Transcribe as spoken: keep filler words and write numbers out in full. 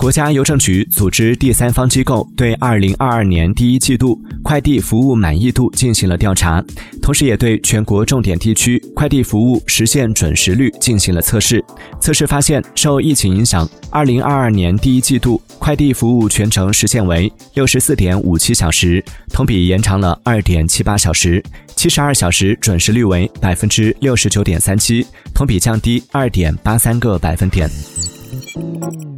国家邮政局组织第三方机构对二零二二年第一季度快递服务满意度进行了调查，同时也对全国重点地区快递服务实现准时率进行了测试。测试发现，受疫情影响，二零二二年第一季度快递服务全程实现为六十四点五七小时，同比延长了二点七八小时，七十二小时准时率为百分之六十九点三七，同比降低二点八三个百分点。